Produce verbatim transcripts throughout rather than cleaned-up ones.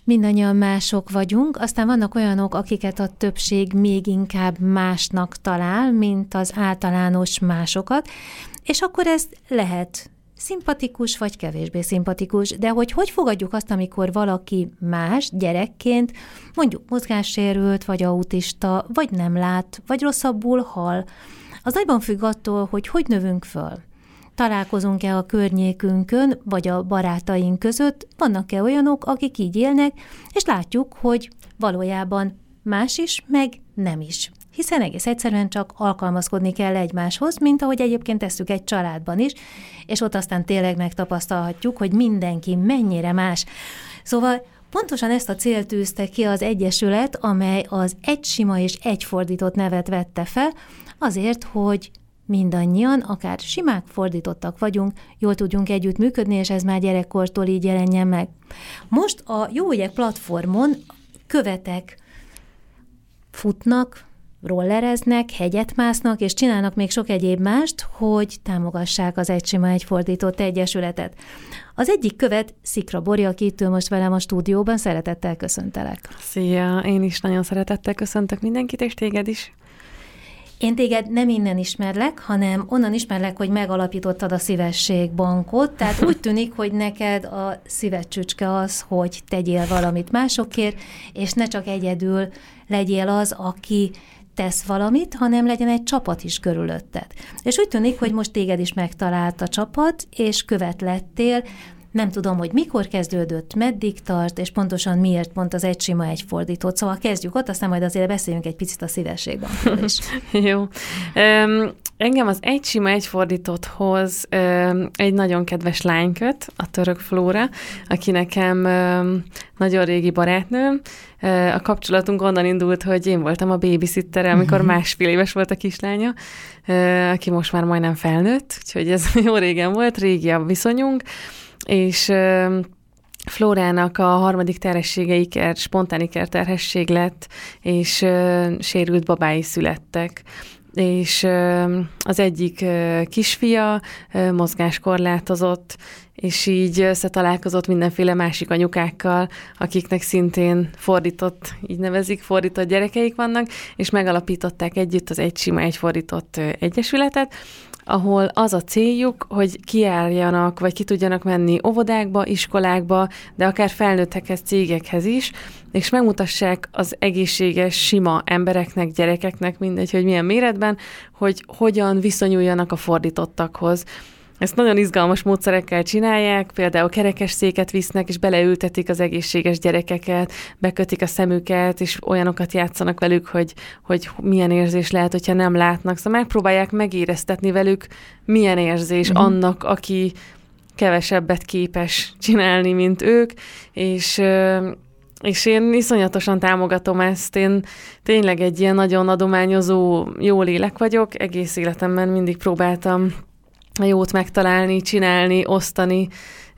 mindannyian mások vagyunk, aztán vannak olyanok, akiket a többség még inkább másnak talál, mint az általános másokat, és akkor ez lehet szimpatikus vagy kevésbé szimpatikus, de hogy hogy fogadjuk azt, amikor valaki más gyerekként, mondjuk mozgássérült, vagy autista, vagy nem lát, vagy rosszabbul hall, az nagyban függ attól, hogy hogy növünk föl. Találkozunk-e a környékünkön, vagy a barátaink között, vannak-e olyanok, akik így élnek, és látjuk, hogy valójában más is, meg nem is. Hiszen egész egyszerűen csak alkalmazkodni kell egymáshoz, mint ahogy egyébként tesszük egy családban is, és ott aztán tényleg megtapasztalhatjuk, hogy mindenki mennyire más. Szóval pontosan ezt a célt tűzte ki az Egyesület, amely az egy sima és egy fordított nevet vette fel, azért, hogy mindannyian, akár simák, fordítottak vagyunk, jól tudjunk együtt működni, és ez már gyerekkortól így jelenjen meg. Most a Jó Ügyek platformon követek futnak, rollereznek, hegyet másznak, és csinálnak még sok egyéb mást, hogy támogassák az Egy Sima, Egy Fordított Egyesületet. Az egyik követ Szikra Bori, aki itt ül most velem a stúdióban, szeretettel köszöntelek. Szia, én is nagyon szeretettel köszöntök mindenkit, és téged is. Én téged nem innen ismerlek, hanem onnan ismerlek, hogy megalapítottad a Szívesség Bankot, tehát úgy tűnik, hogy neked a szíved csücske az, hogy tegyél valamit másokért, és ne csak egyedül legyél az, aki tesz valamit, hanem legyen egy csapat is körülötted. És úgy tűnik, hogy most téged is megtalált a csapat, és követ lettél. Nem tudom, hogy mikor kezdődött, meddig tart, és pontosan miért pont az Egy Sima, Egy Fordított. Szóval kezdjük ott, aztán majd azért beszéljünk egy picit a Szívesség Bankról is. Jó. Um, engem az Egy Sima, Egy Fordítotthoz um, egy nagyon kedves lány köt, a Török Flóra, aki nekem um, nagyon régi barátnőm. Uh, a kapcsolatunk onnan indult, hogy én voltam a babysittere, amikor másfél éves volt a kislánya, uh, aki most már majdnem felnőtt, úgyhogy ez jó régen volt, régi a viszonyunk, és uh, Flórának a harmadik terhessége iker, spontán ikerterhesség lett, és uh, sérült babái születtek. És uh, az egyik uh, kisfia uh, mozgáskorlátozott, és így összetalálkozott mindenféle másik anyukákkal, akiknek szintén fordított, így nevezik, fordított gyerekeik vannak, és megalapították együtt az Egy Sima, Egy Fordított uh, Egyesületet, ahol az a céljuk, hogy kijárjanak, vagy ki tudjanak menni óvodákba, iskolákba, de akár felnőttekhez, cégekhez is, és megmutassák az egészséges, sima embereknek, gyerekeknek, mindegy, hogy milyen méretben, hogy hogyan viszonyuljanak a fordítottakhoz. Ezt nagyon izgalmas módszerekkel csinálják, például kerekesszéket visznek, és beleültetik az egészséges gyerekeket, bekötik a szemüket, és olyanokat játszanak velük, hogy, hogy milyen érzés lehet, hogyha nem látnak. Szóval megpróbálják megéreztetni velük, milyen érzés mm-hmm. annak, aki kevesebbet képes csinálni, mint ők, és... És én iszonyatosan támogatom ezt, én tényleg egy ilyen nagyon adományozó jó lélek vagyok, egész életemben mindig próbáltam a jót megtalálni, csinálni, osztani,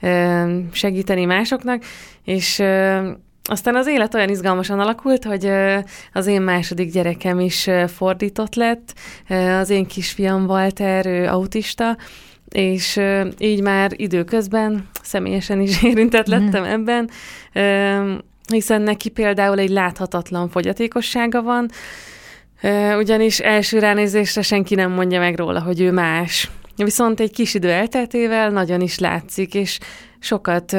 segíteni másoknak, és aztán az élet olyan izgalmasan alakult, hogy az én második gyerekem is fordított lett, az én kisfiam Walter, ő autista, és így már időközben személyesen is érintett lettem mm. ebben, hiszen neki például egy láthatatlan fogyatékossága van, ugyanis első ránézésre senki nem mondja meg róla, hogy ő más. Viszont egy kis idő elteltével nagyon is látszik, és sokat,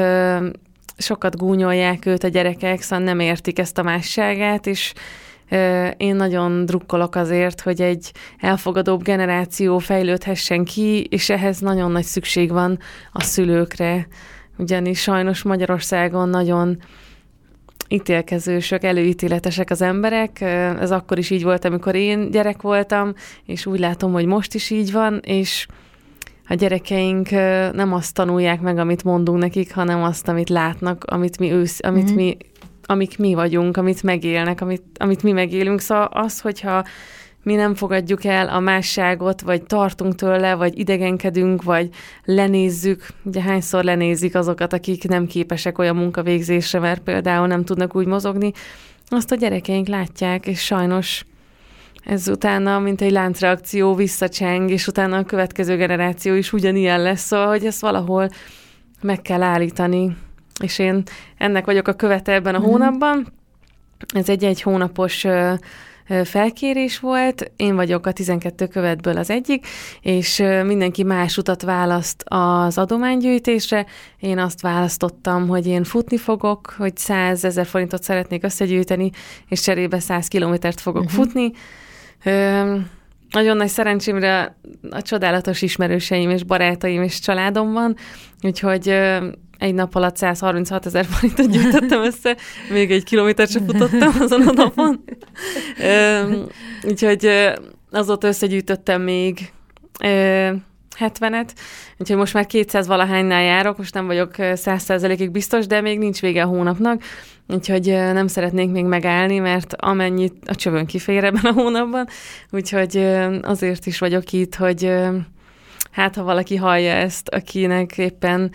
sokat gúnyolják őt a gyerekek, szóval nem értik ezt a másságát, és én nagyon drukkolok azért, hogy egy elfogadóbb generáció fejlődhessen ki, és ehhez nagyon nagy szükség van a szülőkre, ugyanis sajnos Magyarországon nagyon ítélkezősök, előítéletesek az emberek. Ez akkor is így volt, amikor én gyerek voltam, és úgy látom, hogy most is így van, és a gyerekeink nem azt tanulják meg, amit mondunk nekik, hanem azt, amit látnak, amit mi ősz, amit mm-hmm. mi, amik mi vagyunk, amit megélnek, amit, amit mi megélünk. Szóval az, hogyha mi nem fogadjuk el a másságot, vagy tartunk tőle, vagy idegenkedünk, vagy lenézzük. Ugye hányszor lenézik azokat, akik nem képesek olyan munkavégzésre, mert például nem tudnak úgy mozogni, azt a gyerekeink látják, és sajnos ez utána, mint egy láncreakció visszacseng, és utána a következő generáció is ugyanilyen lesz, szóval, hogy ezt valahol meg kell állítani. és én ennek vagyok a követe ebben a uh-huh. hónapban. Ez egy egy hónapos felkérés volt, én vagyok a tizenkét követből az egyik, és mindenki más utat választ az adománygyűjtésre. Én azt választottam, hogy én futni fogok, hogy százezer forintot szeretnék összegyűjteni, és cserébe száz kilométert fogok uh-huh. futni. Ö, nagyon nagy szerencsémre a csodálatos ismerőseim és barátaim és családom van, úgyhogy ö, egy nap alatt száz harminchat ezer forintot gyűjtöttem össze, még egy kilométert sem futottam azon a napon. Ö, úgyhogy ö, azóta összegyűjtöttem még ö, hetvenet, úgyhogy most már kétszáz valahánynál járok, most nem vagyok száz százalékig biztos, de még nincs vége a hónapnak, úgyhogy nem szeretnénk még megállni, mert amennyit a csövön kifér ebben a hónapban, úgyhogy azért is vagyok itt, hogy hát ha valaki hallja ezt, akinek éppen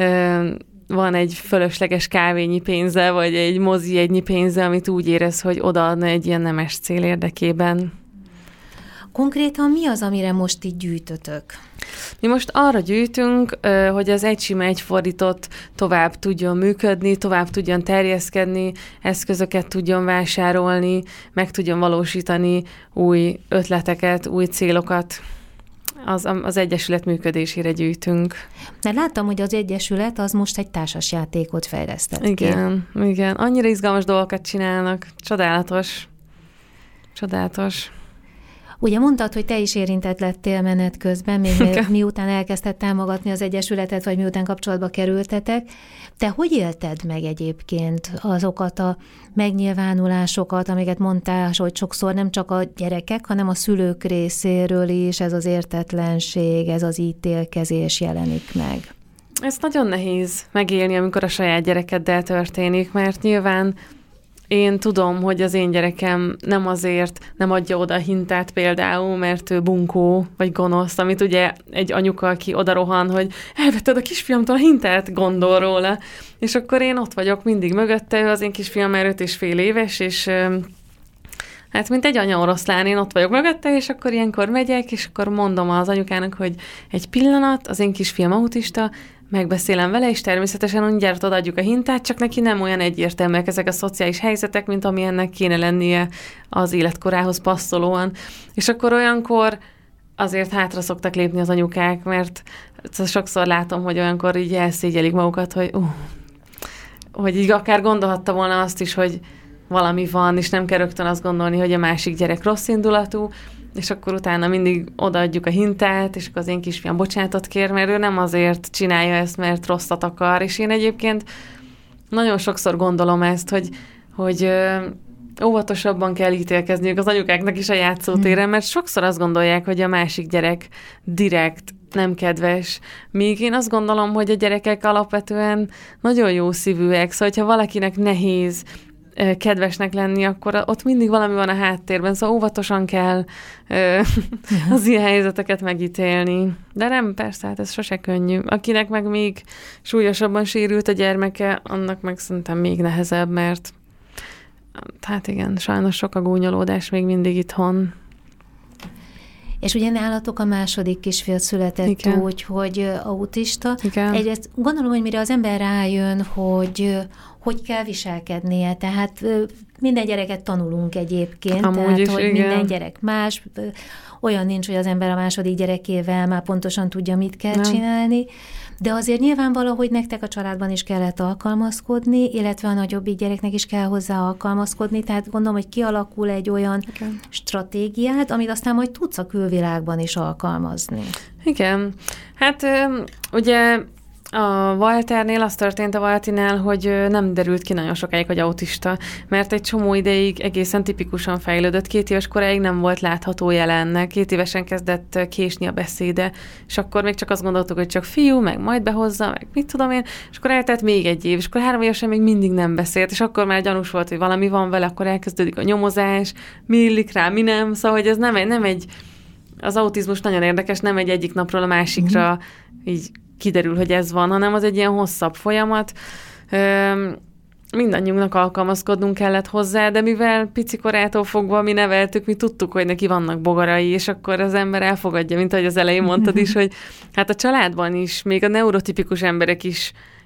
van egy fölösleges kávényi pénze, vagy egy mozi egynyi pénze, amit úgy érez, hogy odaadna egy ilyen nemes cél érdekében. Konkrétan mi az, amire most így gyűjtötök? Mi most arra gyűjtünk, hogy az egy sima egy fordított tovább tudjon működni, tovább tudjon terjeszkedni, eszközöket tudjon vásárolni, meg tudjon valósítani új ötleteket, új célokat. Az, az Egyesület működésére gyűjtünk. Mert láttam, hogy az Egyesület az most egy társasjátékot fejlesztett igen, ki. Igen, annyira izgalmas dolgokat csinálnak. Csodálatos. Csodálatos. Ugye mondtad, hogy te is érintett lettél menet közben, még mi, miután elkezdted támogatni az Egyesületet, vagy miután kapcsolatba kerültetek. Te hogy élted meg egyébként azokat a megnyilvánulásokat, amiket mondtál, hogy sokszor nem csak a gyerekek, hanem a szülők részéről is ez az értetlenség, ez az ítélkezés jelenik meg? Ez nagyon nehéz megélni, amikor a saját gyerekeddel történik, mert nyilván én tudom, hogy az én gyerekem nem azért nem adja oda a hintát például, mert ő bunkó, vagy gonosz, amit ugye egy anyuka, aki oda rohan, hogy elvetted a kisfiamtól a hintát, gondol róla. És akkor én ott vagyok mindig mögötte, ő az én kisfiam már öt és fél éves, és hát mint egy anya oroszlán, én ott vagyok mögötte, és akkor ilyenkor megyek, és akkor mondom az anyukának, hogy egy pillanat, az én kisfiam autista, megbeszélem vele, és természetesen mindjárt odaadjuk a hintát, csak neki nem olyan egyértelműek ezek a szociális helyzetek, mint ami ennek kéne lennie az életkorához passzolóan. És akkor olyankor azért hátra szoktak lépni az anyukák, mert sokszor látom, hogy olyankor így elszégyelik magukat, hogy, uh, hogy így akár gondolhatta volna azt is, hogy valami van, és nem kell rögtön azt gondolni, hogy a másik gyerek rossz indulatú, és akkor utána mindig odaadjuk a hintát, és akkor az én kisfiam bocsánatot kér, mert ő nem azért csinálja ezt, mert rosszat akar, és én egyébként nagyon sokszor gondolom ezt, hogy, hogy óvatosabban kell ítélkezniük az anyukáknak is a játszótéren, mert sokszor azt gondolják, hogy a másik gyerek direkt nem kedves, míg én azt gondolom, hogy a gyerekek alapvetően nagyon jó szívűek, szóval hogyha valakinek nehéz kedvesnek lenni, akkor ott mindig valami van a háttérben, szóval óvatosan kell ö, az ilyen helyzeteket megítélni. De nem, persze, hát ez sose könnyű. Akinek meg még súlyosabban sérült a gyermeke, annak meg szerintem még nehezebb, mert hát igen, sajnos sok a gúnyolódás még mindig itthon. És ugye nálatok a második kisfiat született igen. úgy, hogy autista. Igen. Egyrészt gondolom, hogy mire az ember rájön, hogy hogy kell viselkednie. Tehát minden gyereket tanulunk egyébként. Amúgy tehát, is, hogy igen. minden gyerek más. Olyan nincs, hogy az ember a második gyerekével már pontosan tudja, mit kell nem. csinálni. De azért nyilván valahogy nektek a családban is kellett alkalmazkodni, illetve a nagyobbik gyereknek is kell hozzá alkalmazkodni, tehát gondolom, hogy kialakul egy olyan igen. stratégiát, amit aztán majd tudsz a külvilágban is alkalmazni. Igen. Hát ugye a Walternél az történt a Waltinál, hogy nem derült ki nagyon sokáig, hogy autista, mert egy csomó ideig egészen tipikusan fejlődött. Két éves koráig nem volt látható jelennek, két évesen kezdett késni a beszéde, és akkor még csak azt gondoltuk, hogy csak fiú, meg majd behozza, meg mit tudom én, és akkor eltelt még egy év, és akkor három évesen még mindig nem beszélt, és akkor már gyanús volt, hogy valami van vele, akkor elkezdődik a nyomozás, mi illik rá, mi nem, szóval hogy ez nem egy, nem egy az autizmus nagyon érdekes, nem egy egyik napról a másikra mm. így kiderül, hogy ez van, hanem az egy ilyen hosszabb folyamat. Üm, mindannyiunknak alkalmazkodnunk kellett hozzá, de mivel picikorától fogva mi neveltük, mi tudtuk, hogy neki vannak bogarai, és akkor az ember elfogadja, mint ahogy az elején mondtad is, hogy hát a családban is, még a neurotipikus emberek is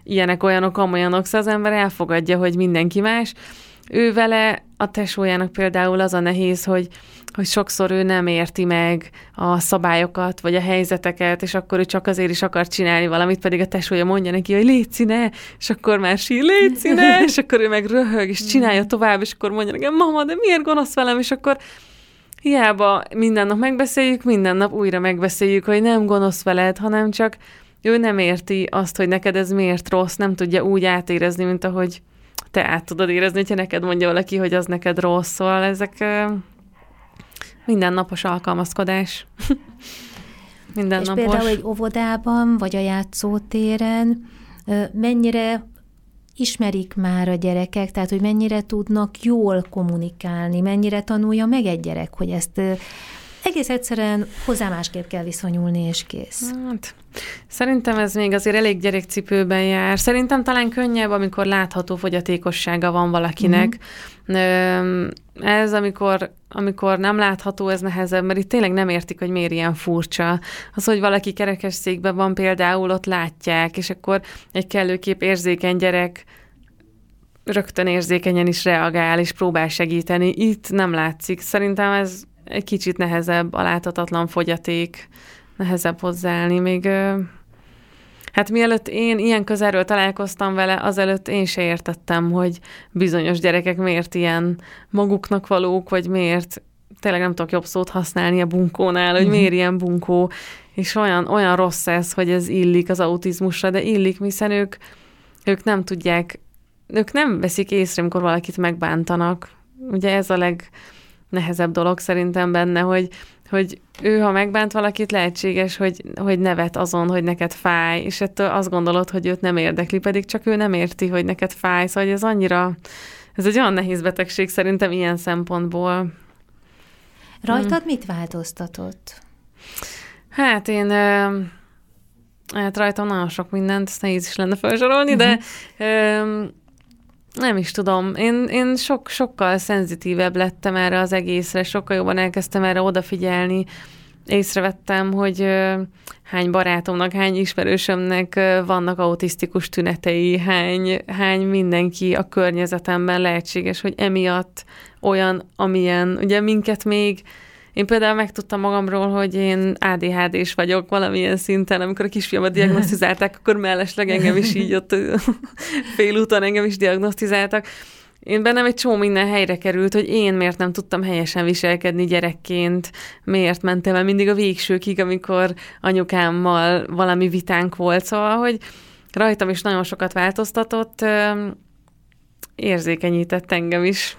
ilyenek, olyanok, amolyanok, szóval az ember elfogadja, hogy mindenki más. Ő vele, a tesójának például az a nehéz, hogy, hogy sokszor ő nem érti meg a szabályokat, vagy a helyzeteket, és akkor ő csak azért is akar csinálni valamit, pedig a tesója mondja neki, hogy légy ne, és akkor már sír, légy ne, és akkor ő meg röhög, és csinálja tovább, és akkor mondja nekem, mama, de miért gonosz velem, és akkor hiába minden nap megbeszéljük, minden nap újra megbeszéljük, hogy nem gonosz veled, hanem csak ő nem érti azt, hogy neked ez miért rossz, nem tudja úgy átérezni, mint ahogy te át tudod érezni, hogyha neked mondja valaki, hogy az neked rossz. Szóval ezek uh, mindennapos alkalmazkodás. Mindennapos. És például egy óvodában, vagy a játszótéren uh, mennyire ismerik már a gyerekek, tehát hogy mennyire tudnak jól kommunikálni, mennyire tanulja meg egy gyerek, hogy ezt uh, egész egyszerűen hozzá másképp kell viszonyulni, és kész. Hát, szerintem ez még azért elég gyerekcipőben jár. Szerintem talán könnyebb, amikor látható fogyatékossága van valakinek. Mm. Ez, amikor, amikor nem látható, ez nehezebb, mert itt tényleg nem értik, hogy miért ilyen furcsa. Az, hogy valaki kerekesszékben van például, ott látják, és akkor egy kellőképp érzékeny gyerek rögtön érzékenyen is reagál, és próbál segíteni. Itt nem látszik. Szerintem ez egy kicsit nehezebb, a láthatatlan fogyaték, nehezebb hozzáállni. Még, hát mielőtt én ilyen közelről találkoztam vele, azelőtt én se értettem, hogy bizonyos gyerekek miért ilyen maguknak valók, vagy miért, tényleg nem tudok jobb szót használni a bunkónál, hogy miért ilyen bunkó, és olyan, olyan rossz ez, hogy ez illik az autizmusra, de illik, hiszen ők, ők nem tudják, ők nem veszik észre, amikor valakit megbántanak. Ugye ez a leg nehezebb dolog szerintem benne, hogy, hogy ő, ha megbánt valakit, lehetséges, hogy, hogy nevet azon, hogy neked fáj, és ettől azt gondolod, hogy őt nem érdekli, pedig csak ő nem érti, hogy neked fáj, szóval ez annyira, ez egy olyan nehéz betegség szerintem ilyen szempontból. Rajtad hmm. mit változtatott? Hát én, hát rajtam nagyon sok mindent, ezt nehéz is lenne felsorolni, uh-huh. de nem is tudom. Én, én sok, sokkal szenzitívebb lettem erre az egészre, sokkal jobban elkezdtem erre odafigyelni. Észrevettem, hogy uh, hány barátomnak, hány ismerősömnek uh, vannak autisztikus tünetei, hány, hány mindenki a környezetemben lehetséges, hogy emiatt olyan, amilyen. Ugye minket még én például megtudtam magamról, hogy én á dé há dés vagyok valamilyen szinten, amikor a kisfiamat diagnosztizálták, akkor mellesleg engem is így ott félúton engem is diagnosztizáltak. Én bennem egy csomó minden helyre került, hogy én miért nem tudtam helyesen viselkedni gyerekként, miért mentem el mindig a végsőkig, amikor anyukámmal valami vitánk volt. Szóval, hogy rajtam is nagyon sokat változtatott, érzékenyített engem is.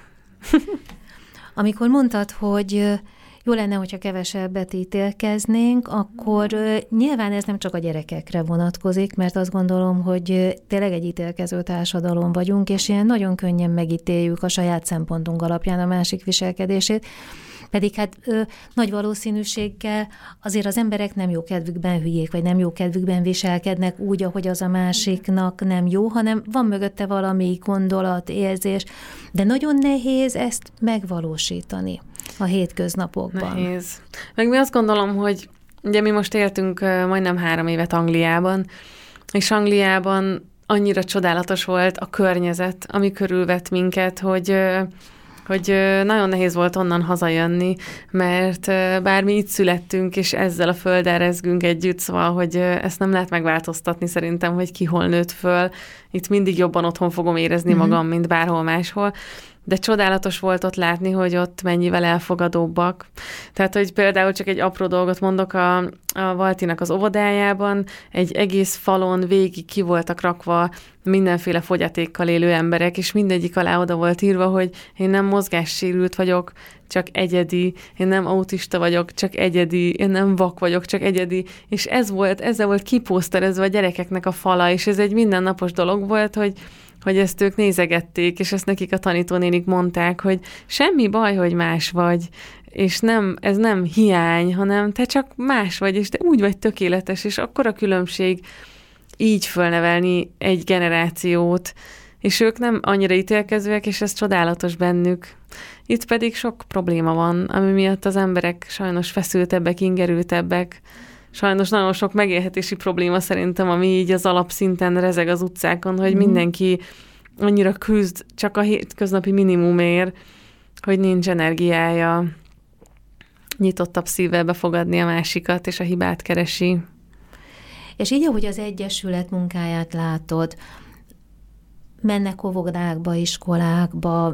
Amikor mondtad, hogy jó lenne, hogyha kevesebbet ítélkeznénk, akkor uh, nyilván ez nem csak a gyerekekre vonatkozik, mert azt gondolom, hogy uh, tényleg egy ítélkező társadalom vagyunk, és ilyen nagyon könnyen megítéljük a saját szempontunk alapján a másik viselkedését, pedig hát ö, nagy valószínűséggel azért az emberek nem jó kedvükben hülyék, vagy nem jó kedvükben viselkednek úgy, ahogy az a másiknak nem jó, hanem van mögötte valami gondolat, érzés, de nagyon nehéz ezt megvalósítani a hétköznapokban. Nehéz. Meg mi azt gondolom, hogy ugye mi most éltünk uh, majdnem három évet Angliában, és Angliában annyira csodálatos volt a környezet, ami körülvett minket, hogy uh, hogy nagyon nehéz volt onnan hazajönni, mert bár mi itt születtünk, és ezzel a földdel rezgünk együtt, szóval, hogy ezt nem lehet megváltoztatni szerintem, hogy ki hol nőtt föl. Itt mindig jobban otthon fogom érezni mm-hmm. magam, mint bárhol máshol. De csodálatos volt ott látni, hogy ott mennyivel elfogadóbbak. Tehát, hogy például csak egy apró dolgot mondok, a, a Valtinak az óvodájában egy egész falon végig ki voltak rakva mindenféle fogyatékkal élő emberek, és mindegyik alá oda volt írva, hogy én nem mozgássérült vagyok, csak egyedi, én nem autista vagyok, csak egyedi, én nem vak vagyok, csak egyedi, és ez volt, ezzel volt kipószterezve a gyerekeknek a fala, és ez egy mindennapos dolog volt, hogy hogy ezt ők nézegették, és ezt nekik a tanítónénik mondták, hogy semmi baj, hogy más vagy, és nem, ez nem hiány, hanem te csak más vagy, és te úgy vagy tökéletes, és akkor a különbség így fölnevelni egy generációt, és ők nem annyira ítélkezőek, és ez csodálatos bennük. Itt pedig sok probléma van, ami miatt az emberek sajnos feszültebbek, ingerültebbek, sajnos nagyon sok megélhetési probléma szerintem, ami így az alapszinten rezeg az utcákon, hogy mm. mindenki annyira küzd csak a hétköznapi minimumért, hogy nincs energiája nyitottabb szívvel befogadni a másikat, és a hibát keresi. És így, ahogy az Egyesület munkáját látod, mennek óvodákba, iskolákba,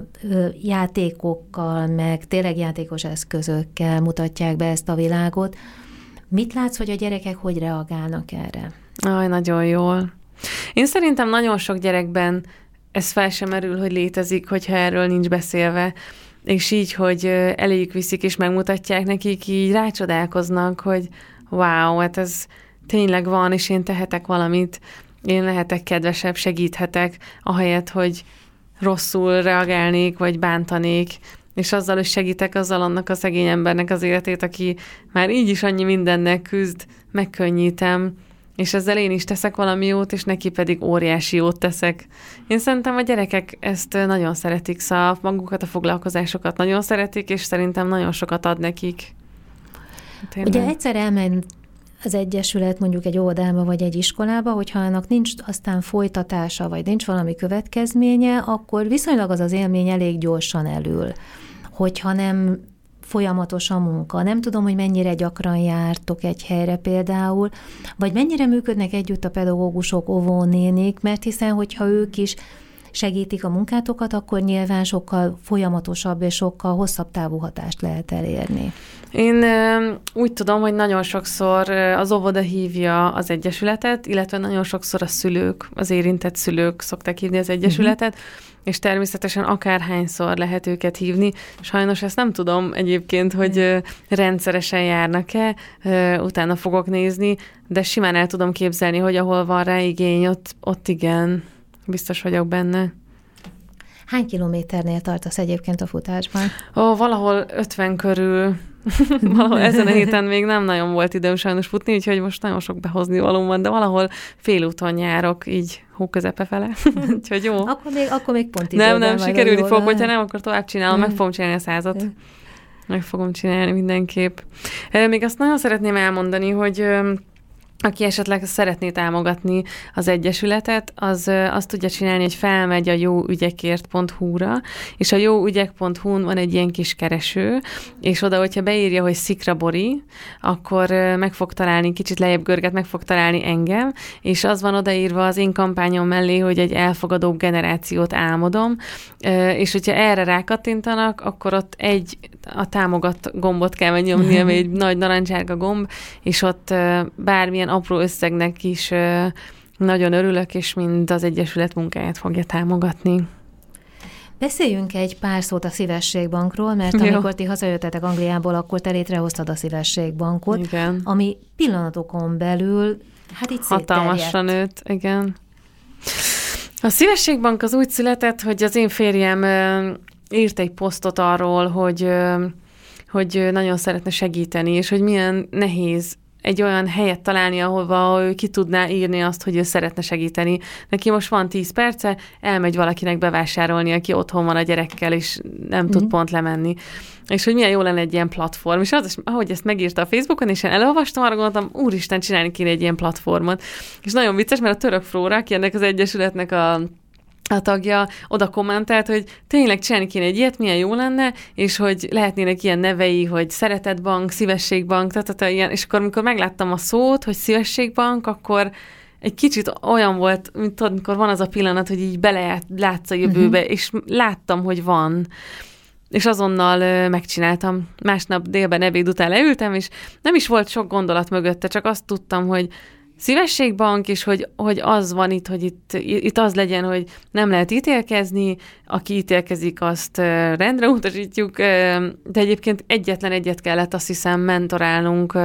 játékokkal, meg tényleg játékos eszközökkel mutatják be ezt a világot. Mit látsz, hogy a gyerekek hogy reagálnak erre? Aj, nagyon jól. Én szerintem nagyon sok gyerekben ez fel sem merül, hogy létezik, hogyha erről nincs beszélve, és így, hogy eléjük viszik és megmutatják nekik, így rácsodálkoznak, hogy wow, hát ez tényleg van, és én tehetek valamit, én lehetek kedvesebb, segíthetek, ahelyett, hogy rosszul reagálnék, vagy bántanék, és azzal, hogy segítek, azzal annak a szegény embernek az életét, aki már így is annyi mindennek küzd, megkönnyítem, és ezzel én is teszek valami jót, és neki pedig óriási jót teszek. Én szerintem a gyerekek ezt nagyon szeretik, szóval magukat, a foglalkozásokat nagyon szeretik, és szerintem nagyon sokat ad nekik. Tényleg. Ugye egyszer elmenj az Egyesület mondjuk egy óvodába vagy egy iskolába, hogyha annak nincs aztán folytatása, vagy nincs valami következménye, akkor viszonylag az az élmény elég gyorsan elül. Hogyha nem folyamatos a munka. Nem tudom, hogy mennyire gyakran jártok egy helyre például, vagy mennyire működnek együtt a pedagógusok, óvónénik, mert hiszen, hogyha ők is segítik a munkátokat, akkor nyilván sokkal folyamatosabb és sokkal hosszabb távú hatást lehet elérni. Én úgy tudom, hogy nagyon sokszor az óvoda hívja az Egyesületet, illetve nagyon sokszor a szülők, az érintett szülők szokták hívni az Egyesületet, uh-huh. és természetesen akárhányszor lehet őket hívni. Sajnos ezt nem tudom egyébként, hogy uh-huh. rendszeresen járnak-e, utána fogok nézni, de simán el tudom képzelni, hogy ahol van rá igény, ott, ott igen, biztos vagyok benne. Hány kilométernél tartasz egyébként a futásban? Ó, valahol ötven körül. Valahol ezen a héten még nem nagyon volt időm sajnos futni, úgyhogy most nagyon sok behozni valóm van, de valahol félúton járok, így hó közepe fele. Úgyhogy jó. Akkor még, akkor még pont időben Nem, nem, vagy sikerülni jól, fog, hogyha nem, akkor tovább csinálom, meg fogom csinálni a százat. Meg fogom csinálni mindenképp. Még azt nagyon szeretném elmondani, hogy aki esetleg szeretné támogatni az Egyesületet, az azt tudja csinálni, hogy felmegy a jóügyekért pont hu-ra, és a jóügyek pont hu-n van egy ilyen kis kereső, és oda, hogyha beírja, hogy Szikra Bori, akkor meg fog találni, kicsit lejjebb görget, meg fog találni engem, és az van odaírva az én kampányom mellé, hogy egy elfogadóbb generációt álmodom, és hogyha erre rákattintanak, akkor ott egy a támogat gombot kell megnyomni, ami egy nagy narancsárga gomb, és ott bármilyen apró összegnek is nagyon örülök, és mind az Egyesület munkáját fogja támogatni. Beszéljünk egy pár szót a Szívességbankról, mert amikor Jó. ti hazajöttetek Angliából, akkor te létrehoztad a Szívességbankot, igen. ami pillanatokon belül, hát itt hatalmasan nőtt, igen. A Szívességbank az úgy született, hogy az én férjem írt egy posztot arról, hogy, hogy nagyon szeretne segíteni, és hogy milyen nehéz egy olyan helyet találni, ahova ő ki tudná írni azt, hogy ő szeretne segíteni. Neki most van tíz perce, elmegy valakinek bevásárolni, aki otthon van a gyerekkel, és nem mm. tud pont lemenni. És hogy milyen jó lenne egy ilyen platform. És az, ahogy ezt megírta a Facebookon, és én elolvastam, arra gondoltam, úristen, csinálni kéne egy ilyen platformot. És nagyon vicces, mert a Török Flóra, aki ennek az Egyesületnek a a tagja oda kommentált, hogy tényleg csinálni kéne egy ilyet, milyen jó lenne, és hogy lehetnének ilyen nevei, hogy Szeretetbank, Szívességbank, tehát ilyen, és akkor, amikor megláttam a szót, hogy Szívességbank, akkor egy kicsit olyan volt, mint tudod, amikor van az a pillanat, hogy így belelátsz a jövőbe, uh-huh. és láttam, hogy van. És azonnal megcsináltam. Másnap délben ebéd után leültem, és nem is volt sok gondolat mögötte, csak azt tudtam, hogy Szívességbank, és hogy, hogy az van itt, hogy itt, itt az legyen, hogy nem lehet ítélkezni, aki ítélkezik, azt rendre utasítjuk, de egyébként egyetlen egyet kellett, azt hiszem, mentorálnunk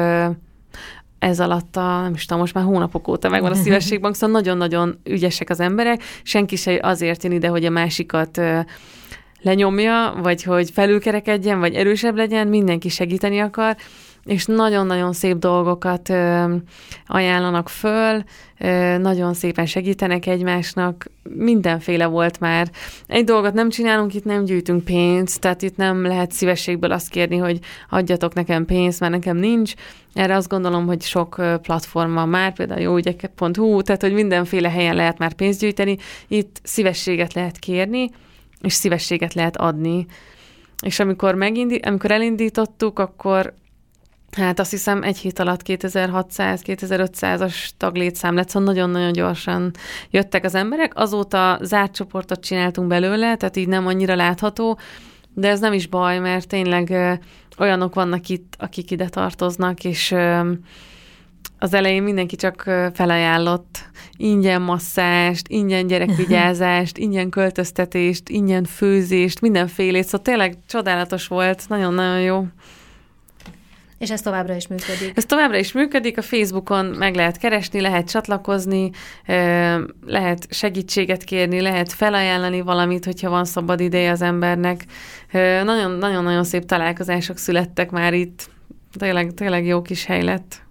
ez alatt a, nem is tudom, most már hónapok óta megvan a Szívességbank, szóval nagyon-nagyon ügyesek az emberek, senki se azért jön ide, hogy a másikat lenyomja, vagy hogy felülkerekedjen, vagy erősebb legyen, mindenki segíteni akar, és nagyon-nagyon szép dolgokat ö, ajánlanak föl, ö, nagyon szépen segítenek egymásnak, mindenféle volt már. Egy dolgot nem csinálunk, itt nem gyűjtünk pénzt, tehát itt nem lehet szívességből azt kérni, hogy adjatok nekem pénzt, mert nekem nincs. Erre azt gondolom, hogy sok platform van már, például jóügyek pont hu, tehát hogy mindenféle helyen lehet már pénzt gyűjteni, itt szívességet lehet kérni, és szívességet lehet adni. És amikor, megindi- amikor elindítottuk, akkor hát azt hiszem egy hét alatt kétezer-hatszáz-kétezer-ötszázas taglétszám lett, szóval nagyon-nagyon gyorsan jöttek az emberek. Azóta zárt csoportot csináltunk belőle, tehát így nem annyira látható, de ez nem is baj, mert tényleg ö, olyanok vannak itt, akik ide tartoznak, és ö, az elején mindenki csak felajánlott ingyen masszást, ingyen gyerekvigyázást, ingyen költöztetést, ingyen főzést, mindenfélét, szóval tényleg csodálatos volt, nagyon-nagyon jó. És ez továbbra is működik? Ez továbbra is működik, a Facebookon meg lehet keresni, lehet csatlakozni, lehet segítséget kérni, lehet felajánlani valamit, hogyha van szabad ideje az embernek. Nagyon-nagyon szép találkozások születtek már itt, tényleg, tényleg jó kis hely lett.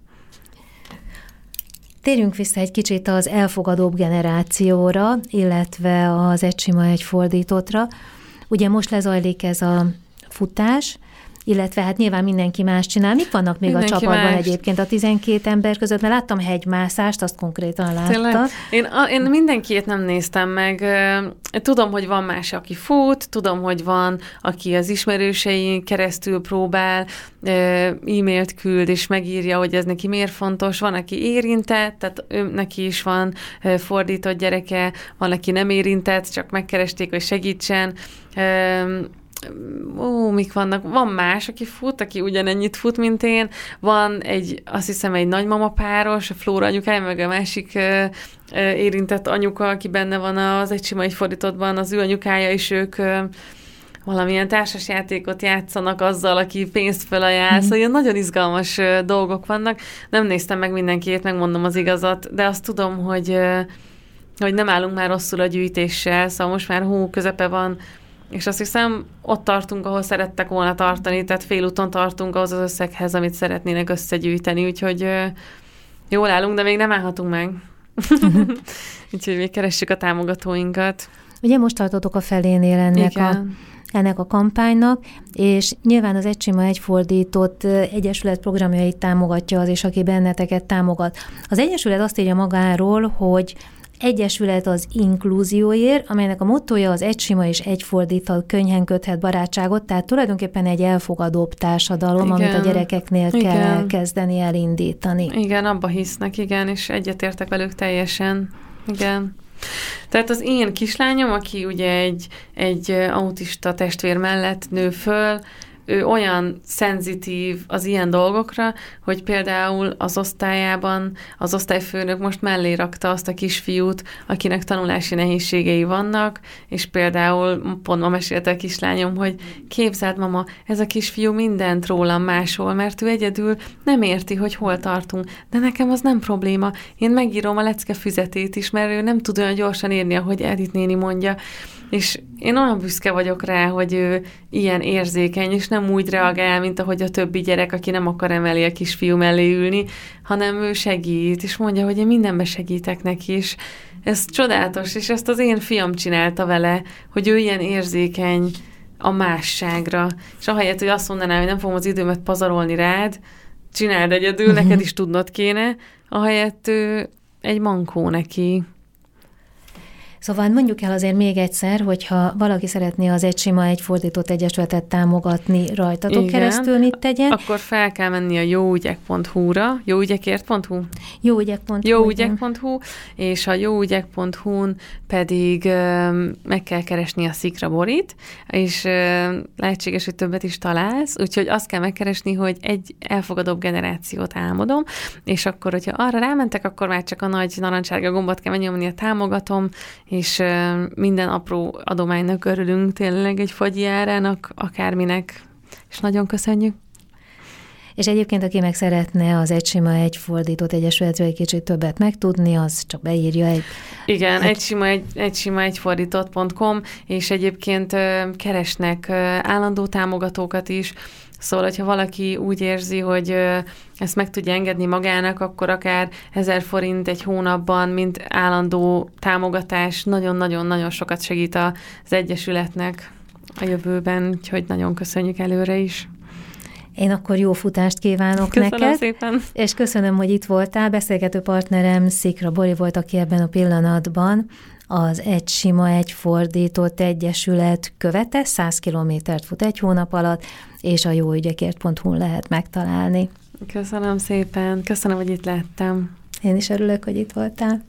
Térjünk vissza egy kicsit az elfogadóbb generációra, illetve az Egy sima, egy fordítottra. Ugye most lezajlik ez a futás, illetve hát nyilván mindenki más csinál. Mik vannak még mindenki a csapatban más. Egyébként a tizenkét ember között? Mert láttam hegymászást, azt konkrétan láttam. Én, én mindenkit nem néztem meg. Tudom, hogy van más, aki fut, tudom, hogy van, aki az ismerősein keresztül próbál, e-mailt küld, és megírja, hogy ez neki miért fontos. Van, aki érintett, tehát ő, neki is van fordított gyereke, van, aki nem érintett, csak megkeresték, hogy segítsen. Ó, mik vannak? Van más, aki fut, aki ugyanennyit fut, mint én. Van egy, azt hiszem, egy nagymama páros, a Flóra anyukája, meg a másik ö, ö, érintett anyuka, aki benne van az Egy sima, egy fordítottban, az ő anyukája, és ők ö, valamilyen társasjátékot játszanak azzal, aki pénzt felajánl. Mm. Szóval ilyen nagyon izgalmas ö, dolgok vannak. Nem néztem meg mindenkit, megmondom az igazat, de azt tudom, hogy, ö, hogy nem állunk már rosszul a gyűjtéssel, szóval most már hó közepe van, és azt hiszem, ott tartunk, ahol szerettek volna tartani, tehát félúton tartunk ahhoz az összeghez, amit szeretnének összegyűjteni, úgyhogy ö, jól állunk, de még nem állhatunk meg. Úgyhogy még keressük a támogatóinkat. Ugye most tartotok a felénél ennek a, ennek a kampánynak, és nyilván az Egy sima, egy fordított egyesület programjait támogatja az, és aki benneteket támogat. Az egyesület azt írja magáról, hogy Egyesület az inkluzióért, amelynek a mottója az Egy sima és egy fordított, könnyen köthet barátságot, tehát tulajdonképpen egy elfogadóbb társadalom, igen, amit a gyerekeknél igen. kell elkezdeni, elindítani. Igen, abba hisznek, igen, és egyetértek velük teljesen. Igen. Tehát az én kislányom, aki ugye egy, egy autista testvér mellett nő föl, ő olyan szenzitív az ilyen dolgokra, hogy például az osztályában az osztályfőnök most mellé rakta azt a kisfiút, akinek tanulási nehézségei vannak, és például pont ma mesélte a kislányom, hogy képzeld, mama, ez a kisfiú mindent rólam másol, mert ő egyedül nem érti, hogy hol tartunk, de nekem az nem probléma. Én megírom a lecke füzetét is, mert ő nem tud olyan gyorsan írni, ahogy Edith néni mondja. És én olyan büszke vagyok rá, hogy ő ilyen érzékeny, és nem úgy reagál, mint ahogy a többi gyerek, aki nem akar emellé a kisfiú mellé ülni, hanem ő segít, és mondja, hogy én mindenben segítek neki, és ez csodálatos, és ezt az én fiam csinálta vele, hogy ő ilyen érzékeny a másságra, és ahelyett, hogy azt mondaná, hogy nem fogom az időmet pazarolni rád, csináld egyedül, neked is tudnod kéne, ahelyett ő egy mankó neki. Szóval mondjuk el azért még egyszer, hogyha valaki szeretné az Egy sima, egy fordított egyesületet támogatni rajtatok igen. keresztül, mit tegyen? Akkor fel kell menni a jóügyek pont hu-ra, jóügyekért pont hu? jóügyek pont hu, jóügyek pont hu, és a jóügyek pont hu-n pedig um, meg kell keresni a Szikra Borit, és um, lehetséges, hogy többet is találsz, úgyhogy azt kell megkeresni, hogy egy elfogadóbb generációt álmodom, és akkor, hogyha arra rámentek, akkor már csak a nagy narancssárga gombot kell megnyomni, a támogatom, és uh, minden apró adománynak örülünk, tényleg egy fagyi árának, akárminek, és nagyon köszönjük. És egyébként, aki meg szeretne az Egy sima, egy fordított egyesületről egy kicsit többet megtudni, az csak beírja egy... Igen, egy sima, egy, egy sima, egy fordított pont com, és egyébként uh, keresnek uh, állandó támogatókat is, Szóval, hogyha valaki úgy érzi, hogy ezt meg tudja engedni magának, akkor akár ezer forint egy hónapban, mint állandó támogatás nagyon-nagyon-nagyon sokat segít az Egyesületnek a jövőben, úgyhogy nagyon köszönjük előre is. Én akkor jó futást kívánok köszönöm neked. Szépen. És köszönöm, hogy itt voltál. Beszélgető partnerem Szikra Bori volt, aki ebben a pillanatban az Egy Sima, Egy Fordított Egyesület követe, száz kilométert fut egy hónap alatt, és a jóügyekért pont hu-n lehet megtalálni. Köszönöm szépen, köszönöm, hogy itt lettem. Én is örülök, hogy itt voltál.